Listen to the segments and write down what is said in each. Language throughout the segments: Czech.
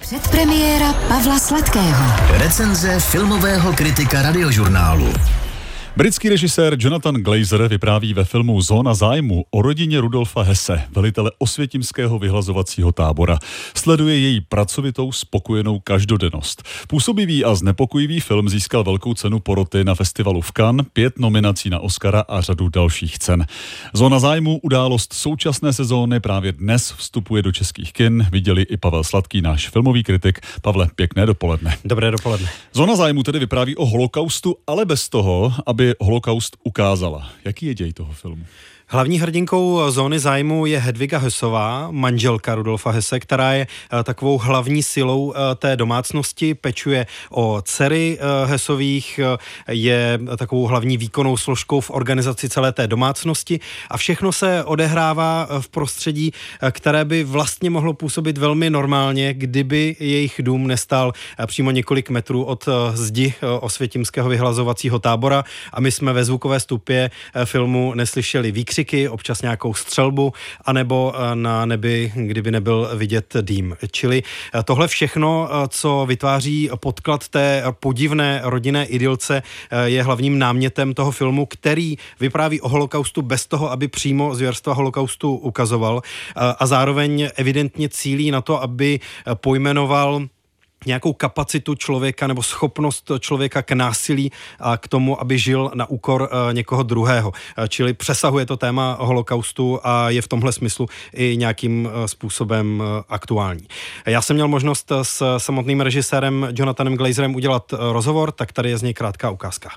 Předpremiéra Pavla Sladkého. Recenze filmového kritika Radiožurnálu. Britský režisér Jonathan Glazer vypráví ve filmu Zóna zájmu o rodině Rudolfa Hesse, velitele osvětimského vyhlazovacího tábora. Sleduje její pracovitou, spokojenou každodennost. Působivý a znepokojivý film získal velkou cenu poroty na festivalu v Cannes, 5 nominací na Oscara a řadu dalších cen. Zóna zájmu, událost současné sezóny, právě dnes vstupuje do českých kin. Viděli i Pavel Sladký, náš filmový kritik. Pavle, pěkné dopoledne. Dobré dopoledne. Zóna zájmu tedy vypráví o holokaustu, ale bez toho, aby holokaust ukázala. Jaký je děj toho filmu? Hlavní hrdinkou Zóny zájmu je Hedviga Hessová, manželka Rudolfa Hesse, která je takovou hlavní silou té domácnosti, pečuje o dcery Hessových, je takovou hlavní výkonnou složkou v organizaci celé té domácnosti a všechno se odehrává v prostředí, které by vlastně mohlo působit velmi normálně, kdyby jejich dům nestál přímo několik metrů od zdi osvětimského vyhlazovacího tábora a my jsme ve zvukové stupě filmu neslyšeli výkřiky, občas nějakou střelbu, anebo na nebi, kdyby nebyl vidět dým. Čili tohle všechno, co vytváří podklad té podivné rodinné idylce, je hlavním námětem toho filmu, který vypráví o holokaustu bez toho, aby přímo zvěrstva holokaustu ukazoval a zároveň evidentně cílí na to, aby pojmenoval nějakou kapacitu člověka nebo schopnost člověka k násilí a k tomu, aby žil na úkor někoho druhého. Čili přesahuje to téma holokaustu a je v tomhle smyslu i nějakým způsobem aktuální. Já jsem měl možnost s samotným režisérem Jonathanem Glazerem udělat rozhovor, tak tady je z něj krátká ukázka.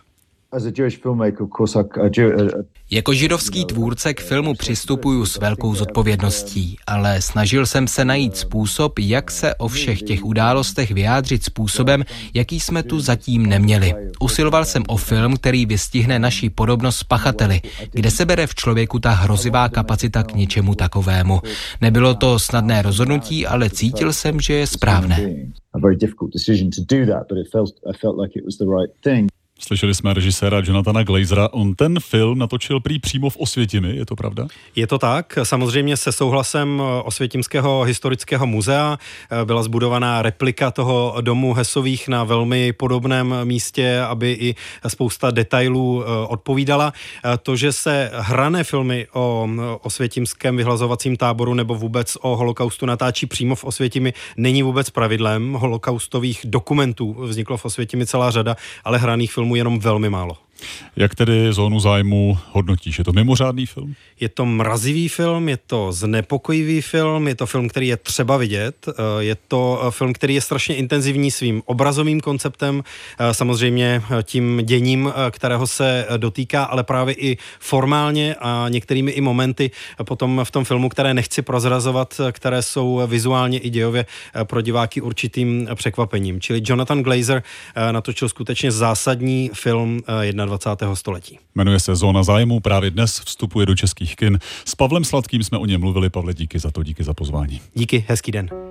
Jako židovský tvůrce k filmu přistupuju s velkou zodpovědností, ale snažil jsem se najít způsob, jak se o všech těch událostech vyjádřit způsobem, jaký jsme tu zatím neměli. Usiloval jsem o film, který vystihne naši podobnost s pachateli, kde se bere v člověku ta hrozivá kapacita k něčemu takovému. Nebylo to snadné rozhodnutí, ale cítil jsem, že je správné. Slyšeli jsme režiséra Jonathana Glazera. On ten film natočil prý přímo v Osvětimi, je to pravda? Je to tak. Samozřejmě se souhlasem Osvětimského historického muzea byla zbudovaná replika toho domu Hessových na velmi podobném místě, aby i spousta detailů odpovídala. To, že se hrané filmy o osvětimském vyhlazovacím táboru nebo vůbec o holokaustu natáčí přímo v Osvětimi, není vůbec pravidlem. Holokaustových dokumentů vzniklo v Osvětimi celá řada, ale hraných filmů jenom velmi málo. Jak tedy Zónu zájmu hodnotíš? Je to mimořádný film? Je to mrazivý film, je to znepokojivý film, je to film, který je třeba vidět, je to film, který je strašně intenzivní svým obrazovým konceptem, samozřejmě tím děním, kterého se dotýká, ale právě i formálně a některými i momenty potom v tom filmu, které nechci prozrazovat, které jsou vizuálně i dějově pro diváky určitým překvapením. Čili Jonathan Glazer natočil skutečně zásadní film 21. století. Jmenuje se Zóna zájmu, právě dnes vstupuje do českých kin. S Pavlem Sladkým jsme o něm mluvili. Pavle, díky za to, díky za pozvání. Díky, hezký den.